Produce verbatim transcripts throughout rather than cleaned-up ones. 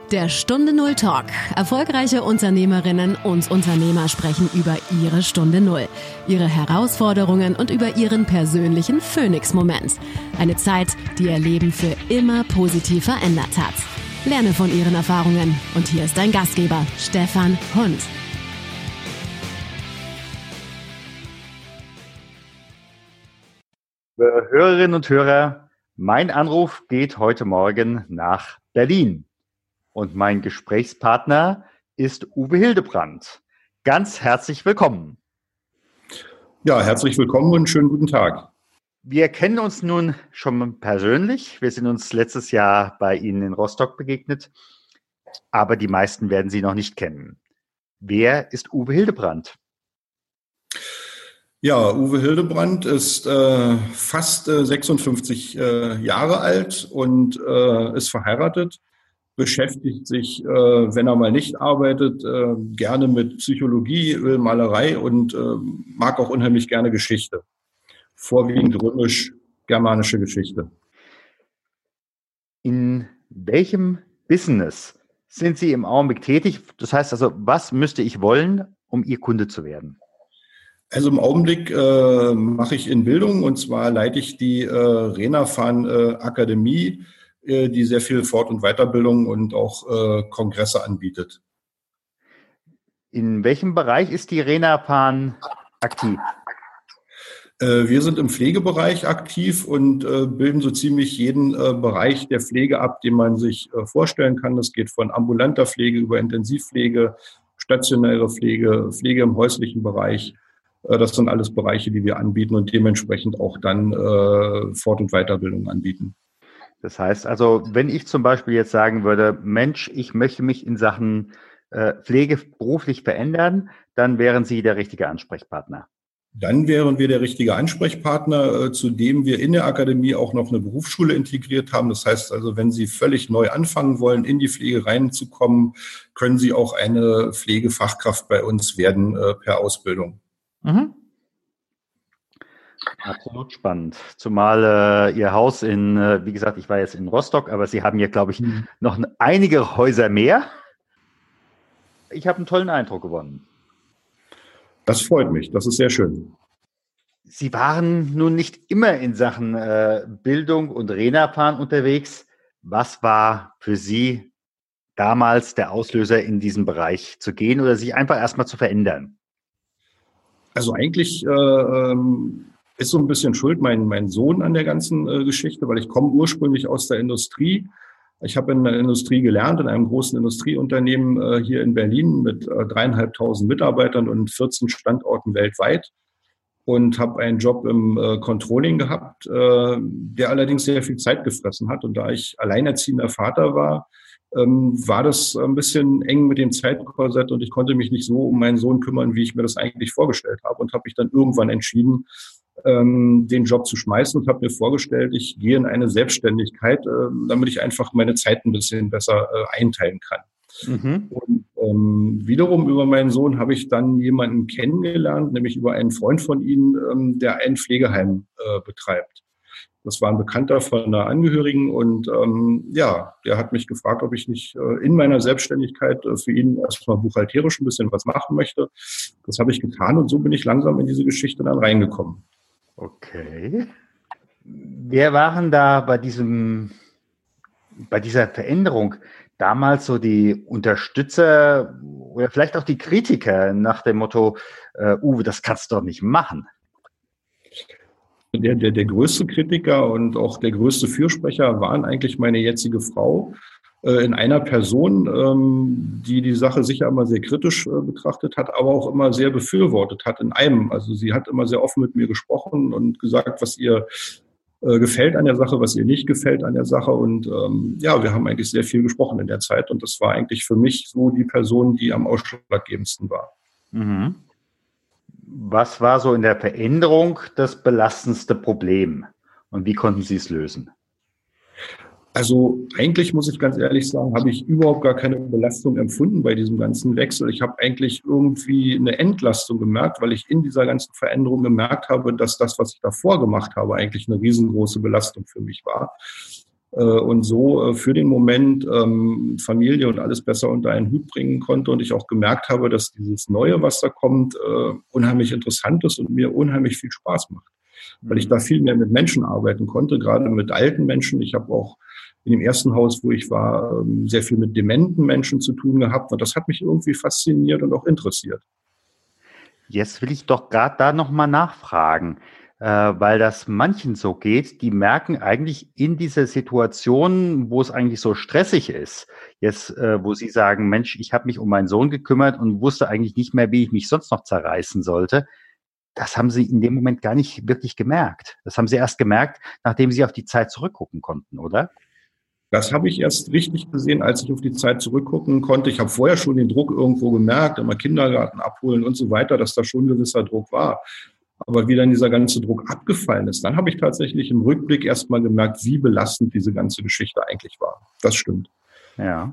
Der Stunde Null Talk. Erfolgreiche Unternehmerinnen und Unternehmer sprechen über ihre Stunde Null, ihre Herausforderungen und über ihren persönlichen Phoenix-Moment. Eine Zeit, die ihr Leben für immer positiv verändert hat. Lerne von ihren Erfahrungen. Und hier ist dein Gastgeber, Stefan Hund. Hörerinnen und Hörer, mein Anruf geht heute Morgen nach Berlin. Und mein Gesprächspartner ist Uwe Hildebrand. Ganz herzlich willkommen. Ja, herzlich willkommen und schönen guten Tag. Wir kennen uns nun schon persönlich. Wir sind uns letztes Jahr bei Ihnen in Rostock begegnet. Aber die meisten werden Sie noch nicht kennen. Wer ist Uwe Hildebrand? Ja, Uwe Hildebrand ist äh, fast äh, sechsundfünfzig äh, Jahre alt und äh, ist verheiratet. Beschäftigt sich, äh, wenn er mal nicht arbeitet, äh, gerne mit Psychologie, Ölmalerei und äh, mag auch unheimlich gerne Geschichte. Vorwiegend römisch-germanische Geschichte. In welchem Business sind Sie im Augenblick tätig? Das heißt also, was müsste ich wollen, um Ihr Kunde zu werden? Also im Augenblick äh, mache ich in Bildung, und zwar leite ich die äh, Renafan äh, Akademie, die sehr viel Fort- und Weiterbildung und auch äh, Kongresse anbietet. In welchem Bereich ist die Renafan aktiv? Äh, wir sind im Pflegebereich aktiv und äh, bilden so ziemlich jeden äh, Bereich der Pflege ab, den man sich äh, vorstellen kann. Das geht von ambulanter Pflege über Intensivpflege, stationäre Pflege, Pflege im häuslichen Bereich. Äh, das sind alles Bereiche, die wir anbieten und dementsprechend auch dann äh, Fort- und Weiterbildung anbieten. Das heißt also, wenn ich zum Beispiel jetzt sagen würde, Mensch, ich möchte mich in Sachen äh, Pflege beruflich verändern, dann wären Sie der richtige Ansprechpartner. Dann wären wir der richtige Ansprechpartner, äh, zu dem wir in der Akademie auch noch eine Berufsschule integriert haben. Das heißt also, wenn Sie völlig neu anfangen wollen, in die Pflege reinzukommen, können Sie auch eine Pflegefachkraft bei uns werden äh, per Ausbildung. Mhm. Absolut spannend. Zumal äh, Ihr Haus in, äh, wie gesagt, ich war jetzt in Rostock, aber Sie haben hier, glaube ich, mhm. noch einige Häuser mehr. Ich habe einen tollen Eindruck gewonnen. Das freut mich, das ist sehr schön. Sie waren nun nicht immer in Sachen äh, Bildung und Renafan unterwegs. Was war für Sie damals der Auslöser, in diesen Bereich zu gehen oder sich einfach erstmal zu verändern? Also eigentlich äh, ähm ist so ein bisschen schuld mein, mein Sohn an der ganzen äh, Geschichte, weil ich komme ursprünglich aus der Industrie. Ich habe in der Industrie gelernt, in einem großen Industrieunternehmen äh, hier in Berlin mit äh, dreieinhalbtausend Mitarbeitern und vierzehn Standorten weltweit und habe einen Job im äh, Controlling gehabt, äh, der allerdings sehr viel Zeit gefressen hat. Und da ich alleinerziehender Vater war, ähm, war das ein bisschen eng mit dem Zeitkorsett und ich konnte mich nicht so um meinen Sohn kümmern, wie ich mir das eigentlich vorgestellt habe, und habe mich dann irgendwann entschieden, den Job zu schmeißen und habe mir vorgestellt, ich gehe in eine Selbstständigkeit, damit ich einfach meine Zeit ein bisschen besser einteilen kann. Mhm. Und ähm, wiederum über meinen Sohn habe ich dann jemanden kennengelernt, nämlich über einen Freund von ihm, ähm, der ein Pflegeheim äh, betreibt. Das war ein Bekannter von einer Angehörigen und ähm, ja, der hat mich gefragt, ob ich nicht äh, in meiner Selbstständigkeit äh, für ihn erstmal buchhalterisch ein bisschen was machen möchte. Das habe ich getan und so bin ich langsam in diese Geschichte dann reingekommen. Okay. Wer waren da bei diesem, bei dieser Veränderung damals so die Unterstützer oder vielleicht auch die Kritiker nach dem Motto, äh, Uwe, das kannst du doch nicht machen? Der, der, der größte Kritiker und auch der größte Fürsprecher waren eigentlich meine jetzige Frau äh, in einer Person, ähm, die die Sache sicher immer sehr kritisch äh, betrachtet hat, aber auch immer sehr befürwortet hat in einem. Also sie hat immer sehr offen mit mir gesprochen und gesagt, was ihr äh, gefällt an der Sache, was ihr nicht gefällt an der Sache. Und ähm, ja, wir haben eigentlich sehr viel gesprochen in der Zeit. Und das war eigentlich für mich so die Person, die am ausschlaggebendsten war. Mhm. Was war so in der Veränderung das belastendste Problem und wie konnten Sie es lösen? Also eigentlich muss ich ganz ehrlich sagen, habe ich überhaupt gar keine Belastung empfunden bei diesem ganzen Wechsel. Ich habe eigentlich irgendwie eine Entlastung gemerkt, weil ich in dieser ganzen Veränderung gemerkt habe, dass das, was ich davor gemacht habe, eigentlich eine riesengroße Belastung für mich war. und so für den Moment ähm, Familie und alles besser unter einen Hut bringen konnte und ich auch gemerkt habe, dass dieses Neue, was da kommt, äh, unheimlich interessant ist und mir unheimlich viel Spaß macht, weil ich da viel mehr mit Menschen arbeiten konnte, gerade mit alten Menschen. Ich habe auch in dem ersten Haus, wo ich war, sehr viel mit dementen Menschen zu tun gehabt und das hat mich irgendwie fasziniert und auch interessiert. Jetzt will ich doch gerade da nochmal nachfragen, äh, weil das manchen so geht, die merken eigentlich in dieser Situation, wo es eigentlich so stressig ist, jetzt, äh, wo sie sagen, Mensch, ich habe mich um meinen Sohn gekümmert und wusste eigentlich nicht mehr, wie ich mich sonst noch zerreißen sollte. Das haben sie in dem Moment gar nicht wirklich gemerkt. Das haben sie erst gemerkt, nachdem sie auf die Zeit zurückgucken konnten, oder? Das habe ich erst richtig gesehen, als ich auf die Zeit zurückgucken konnte. Ich habe vorher schon den Druck irgendwo gemerkt, immer Kindergarten abholen und so weiter, dass da schon ein gewisser Druck war. Aber wie dann dieser ganze Druck abgefallen ist, dann habe ich tatsächlich im Rückblick erst mal gemerkt, wie belastend diese ganze Geschichte eigentlich war. Das stimmt. Ja.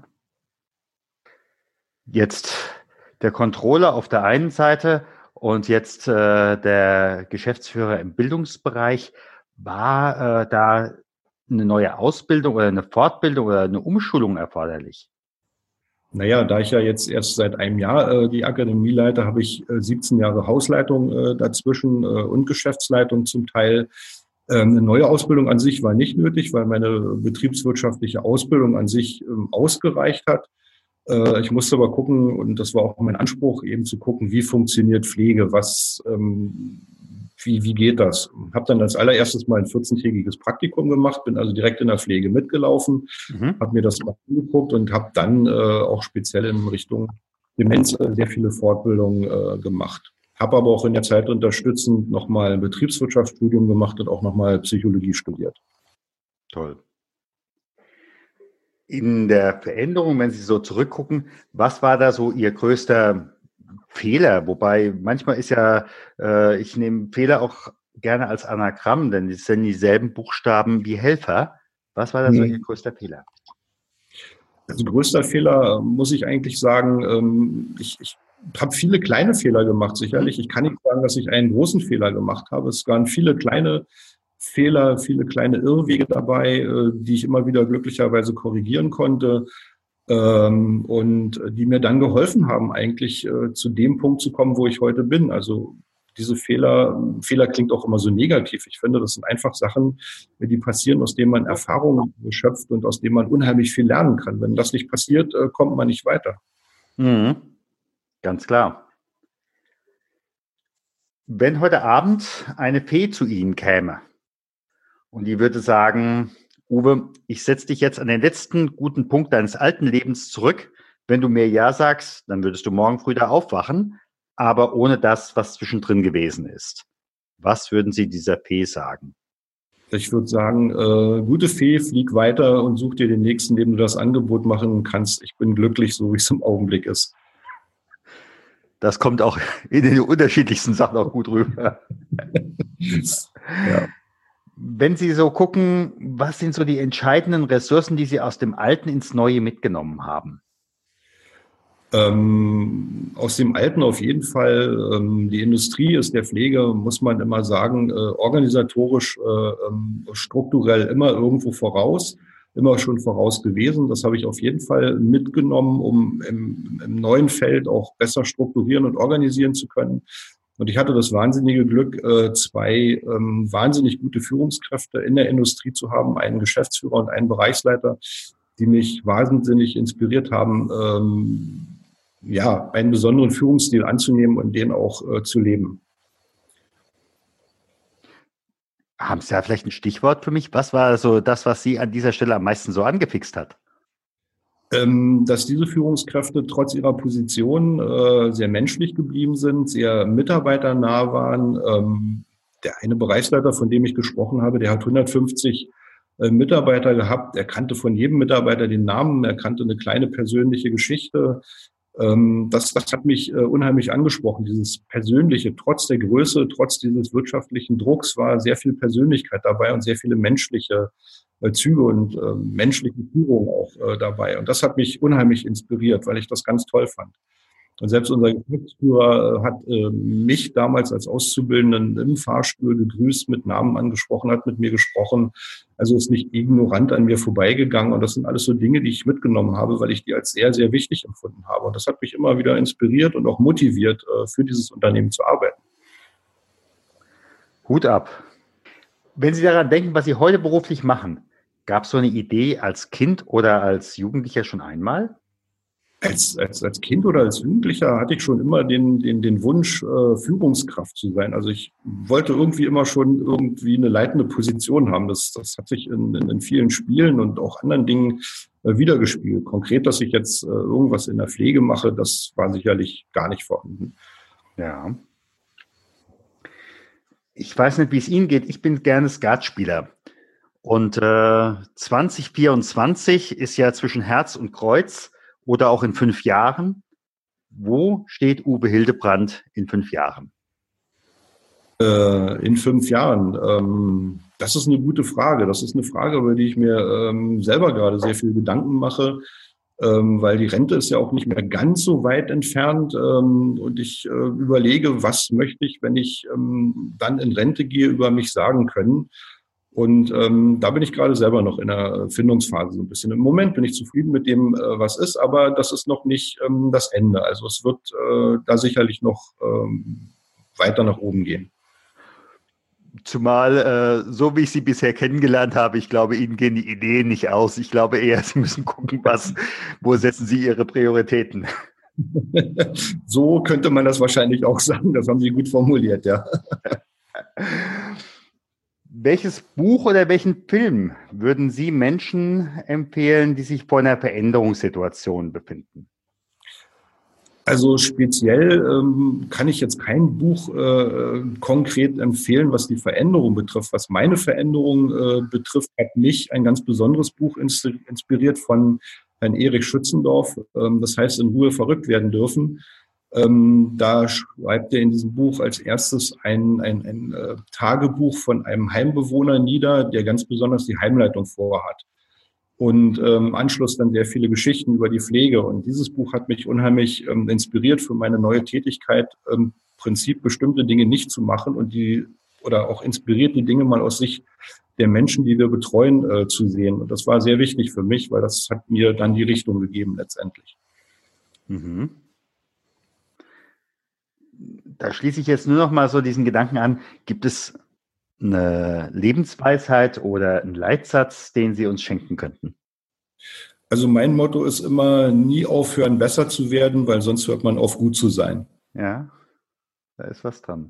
Jetzt der Controller auf der einen Seite und jetzt äh, der Geschäftsführer im Bildungsbereich. War äh, da eine neue Ausbildung oder eine Fortbildung oder eine Umschulung erforderlich? Naja, da ich ja jetzt erst seit einem Jahr äh, die Akademie leite, habe ich äh, siebzehn Jahre Hausleitung äh, dazwischen äh, und Geschäftsleitung zum Teil. Ähm, eine neue Ausbildung an sich war nicht nötig, weil meine betriebswirtschaftliche Ausbildung an sich ähm, ausgereicht hat. Äh, ich musste aber gucken, und das war auch mein Anspruch, eben zu gucken, wie funktioniert Pflege, was ähm, Wie, wie geht das? Habe dann als allererstes mal ein vierzehntägiges Praktikum gemacht, bin also direkt in der Pflege mitgelaufen, mhm. habe mir das mal angeguckt und habe dann äh, auch speziell in Richtung Demenz äh, sehr viele Fortbildungen äh, gemacht. Habe aber auch in der Zeit unterstützend nochmal ein Betriebswirtschaftsstudium gemacht und auch nochmal Psychologie studiert. Toll. In der Veränderung, wenn Sie so zurückgucken, was war da so Ihr größter Fehler? Wobei manchmal ist ja, äh, ich nehme Fehler auch gerne als Anagramm, denn es sind dieselben Buchstaben wie Helfer. Was war da so Ihr größter Fehler? Also größter Fehler muss ich eigentlich sagen, ähm, ich, ich habe viele kleine Fehler gemacht, sicherlich. Ich kann nicht sagen, dass ich einen großen Fehler gemacht habe. Es waren viele kleine Fehler, viele kleine Irrwege dabei, äh, die ich immer wieder glücklicherweise korrigieren konnte. Ähm, und die mir dann geholfen haben, eigentlich äh, zu dem Punkt zu kommen, wo ich heute bin. Also diese Fehler, Fehler klingt auch immer so negativ. Ich finde, das sind einfach Sachen, die passieren, aus denen man Erfahrungen schöpft und aus denen man unheimlich viel lernen kann. Wenn das nicht passiert, äh, kommt man nicht weiter. Mhm. Ganz klar. Wenn heute Abend eine Fee zu Ihnen käme und die würde sagen, Uwe, ich setze dich jetzt an den letzten guten Punkt deines alten Lebens zurück. Wenn du mir Ja sagst, dann würdest du morgen früh da aufwachen, aber ohne das, was zwischendrin gewesen ist. Was würden Sie dieser Fee sagen? Ich würde sagen, äh, gute Fee, flieg weiter und such dir den nächsten, dem du das Angebot machen kannst. Ich bin glücklich, so wie es im Augenblick ist. Das kommt auch in den unterschiedlichsten Sachen auch gut rüber. Ja. Wenn Sie so gucken, was sind so die entscheidenden Ressourcen, die Sie aus dem Alten ins Neue mitgenommen haben? Ähm, aus dem Alten auf jeden Fall. Ähm, die Industrie ist der Pflege, muss man immer sagen, äh, organisatorisch, äh, ähm, strukturell immer irgendwo voraus, immer schon voraus gewesen. Das habe ich auf jeden Fall mitgenommen, um im, im neuen Feld auch besser strukturieren und organisieren zu können. Und ich hatte das wahnsinnige Glück, äh, zwei ähm, wahnsinnig gute Führungskräfte in der Industrie zu haben, einen Geschäftsführer und einen Bereichsleiter, die mich wahnsinnig inspiriert haben, ähm, ja, einen besonderen Führungsstil anzunehmen und den auch äh, zu leben. Haben Sie da vielleicht ein Stichwort für mich? Was war so das, was Sie an dieser Stelle am meisten so angefixt hat? Ähm, dass diese Führungskräfte trotz ihrer Position äh, sehr menschlich geblieben sind, sehr mitarbeiternah waren. Ähm, der eine Bereichsleiter, von dem ich gesprochen habe, der hat hundertfünfzig äh, Mitarbeiter gehabt. Er kannte von jedem Mitarbeiter den Namen, er kannte eine kleine persönliche Geschichte. Ähm, das, das hat mich äh, unheimlich angesprochen, dieses Persönliche. Trotz der Größe, trotz dieses wirtschaftlichen Drucks war sehr viel Persönlichkeit dabei und sehr viele menschliche äh, Züge und äh, menschliche Führung auch äh, dabei. Und das hat mich unheimlich inspiriert, weil ich das ganz toll fand. Und selbst unser Geschäftsführer hat äh, mich damals als Auszubildenden im Fahrstuhl gegrüßt, mit Namen angesprochen, hat mit mir gesprochen. Also ist nicht ignorant an mir vorbeigegangen. Und das sind alles so Dinge, die ich mitgenommen habe, weil ich die als sehr, sehr wichtig empfunden habe. Und das hat mich immer wieder inspiriert und auch motiviert, äh, für dieses Unternehmen zu arbeiten. Hut ab. Wenn Sie daran denken, was Sie heute beruflich machen, gab es so eine Idee als Kind oder als Jugendlicher schon einmal? Als, als, als Kind oder als Jugendlicher hatte ich schon immer den, den, den Wunsch, äh, Führungskraft zu sein. Also ich wollte irgendwie immer schon irgendwie eine leitende Position haben. Das, das hat sich in, in, in vielen Spielen und auch anderen Dingen äh, wiedergespiegelt. Konkret, dass ich jetzt äh, irgendwas in der Pflege mache, das war sicherlich gar nicht vorhanden. Ja. Ich weiß nicht, wie es Ihnen geht. Ich bin gerne Skatspieler. Und äh, zwanzig vierundzwanzig ist ja zwischen Herz und Kreuz. Oder auch in fünf Jahren. Wo steht Uwe Hildebrandt in fünf Jahren? Äh, in fünf Jahren? Ähm, das ist eine gute Frage. Das ist eine Frage, über die ich mir ähm, selber gerade sehr viel Gedanken mache, ähm, weil die Rente ist ja auch nicht mehr ganz so weit entfernt. Ähm, und ich äh, überlege, was möchte ich, wenn ich ähm, dann in Rente gehe, über mich sagen können. Und ähm, da bin ich gerade selber noch in der Findungsphase so ein bisschen. Im Moment bin ich zufrieden mit dem, äh, was ist, aber das ist noch nicht ähm, das Ende. Also es wird äh, da sicherlich noch ähm, weiter nach oben gehen. Zumal, äh, so wie ich Sie bisher kennengelernt habe, ich glaube, Ihnen gehen die Ideen nicht aus. Ich glaube eher, Sie müssen gucken, was, wo setzen Sie Ihre Prioritäten. So könnte man das wahrscheinlich auch sagen. Das haben Sie gut formuliert, ja. Welches Buch oder welchen Film würden Sie Menschen empfehlen, die sich vor einer Veränderungssituation befinden? Also speziell ähm, kann ich jetzt kein Buch äh, konkret empfehlen, was die Veränderung betrifft. Was meine Veränderung äh, betrifft, hat mich ein ganz besonderes Buch ins- inspiriert von Herrn Erich Schützendorf. Ähm, das heißt, in Ruhe verrückt werden dürfen. Ähm, da schreibt er in diesem Buch als erstes ein, ein, ein äh, Tagebuch von einem Heimbewohner nieder, der ganz besonders die Heimleitung vorhat. Und ähm, im Anschluss dann sehr viele Geschichten über die Pflege. Und dieses Buch hat mich unheimlich ähm, inspiriert für meine neue Tätigkeit, im ähm, Prinzip bestimmte Dinge nicht zu machen und die oder auch inspiriert, die Dinge mal aus Sicht der Menschen, die wir betreuen, äh, zu sehen. Und das war sehr wichtig für mich, weil das hat mir dann die Richtung gegeben letztendlich. Mhm. Da schließe ich jetzt nur noch mal so diesen Gedanken an. Gibt es eine Lebensweisheit oder einen Leitsatz, den Sie uns schenken könnten? Also mein Motto ist immer, nie aufhören, besser zu werden, weil sonst hört man auf, gut zu sein. Ja, da ist was dran.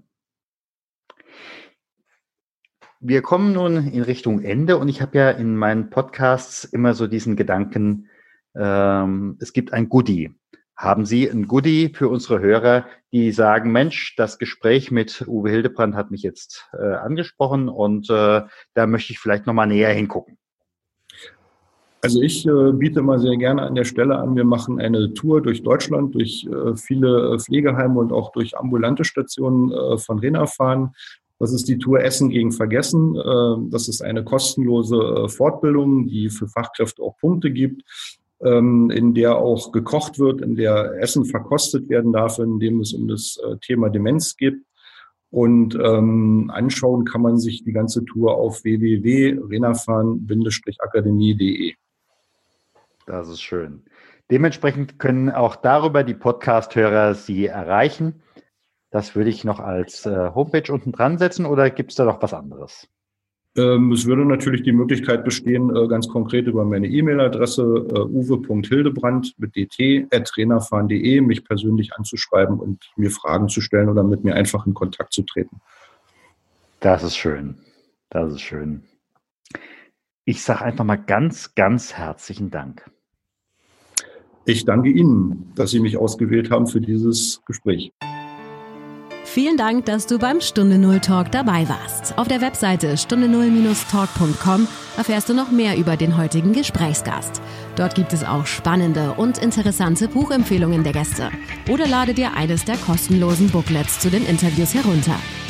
Wir kommen nun in Richtung Ende und ich habe ja in meinen Podcasts immer so diesen Gedanken, ähm, es gibt ein Goodie. Haben Sie ein Goodie für unsere Hörer, die sagen, Mensch, das Gespräch mit Uwe Hildebrandt hat mich jetzt äh, angesprochen und äh, da möchte ich vielleicht nochmal näher hingucken? Also ich äh, biete mal sehr gerne an der Stelle an, wir machen eine Tour durch Deutschland, durch äh, viele Pflegeheime und auch durch ambulante Stationen äh, von Renafan. Das ist die Tour Essen gegen Vergessen. Äh, das ist eine kostenlose äh, Fortbildung, die für Fachkräfte auch Punkte gibt, in der auch gekocht wird, in der Essen verkostet werden darf, in dem es um das Thema Demenz geht. Und ähm, anschauen kann man sich die ganze Tour auf w w w punkt renafan Bindestrich akademie punkt d e. Das ist schön. Dementsprechend können auch darüber die Podcast-Hörer Sie erreichen. Das würde ich noch als äh, Homepage unten dran setzen oder gibt es da noch was anderes? Es würde natürlich die Möglichkeit bestehen, ganz konkret über meine E-Mail-Adresse uwe punkt hildebrandt mit dt at renafan punkt de mich persönlich anzuschreiben und mir Fragen zu stellen oder mit mir einfach in Kontakt zu treten. Das ist schön. Das ist schön. Ich sage einfach mal ganz, ganz herzlichen Dank. Ich danke Ihnen, dass Sie mich ausgewählt haben für dieses Gespräch. Vielen Dank, dass du beim Stunde Null Talk dabei warst. Auf der Webseite stunde null talk punkt com erfährst du noch mehr über den heutigen Gesprächsgast. Dort gibt es auch spannende und interessante Buchempfehlungen der Gäste. Oder lade dir eines der kostenlosen Booklets zu den Interviews herunter.